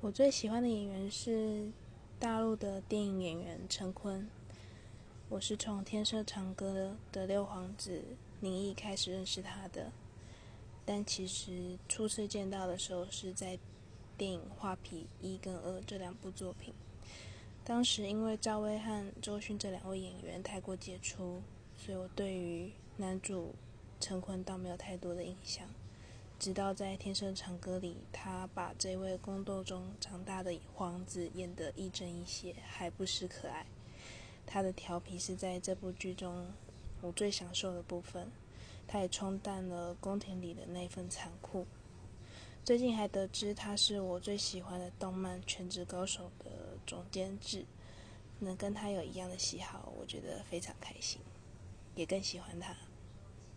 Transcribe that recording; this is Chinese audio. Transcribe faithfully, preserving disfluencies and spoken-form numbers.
我最喜欢的演员是大陆的电影演员陈坤。我是从《天生长歌》的六皇子宁毅开始认识他的，但其实初次见到的时候是在电影《画皮一》跟二这两部作品。当时因为赵薇和周迅这两位演员太过杰出，所以我对于男主陈坤倒没有太多的印象。直到在《天生长歌》里，他把这位宫斗中长大的皇子演得亦正亦邪，还不失可爱。他的调皮是在这部剧中我最享受的部分，他也冲淡了宫廷里的那份残酷。最近还得知他是我最喜欢的动漫《全职高手》的总监制，能跟他有一样的喜好，我觉得非常开心，也更喜欢他。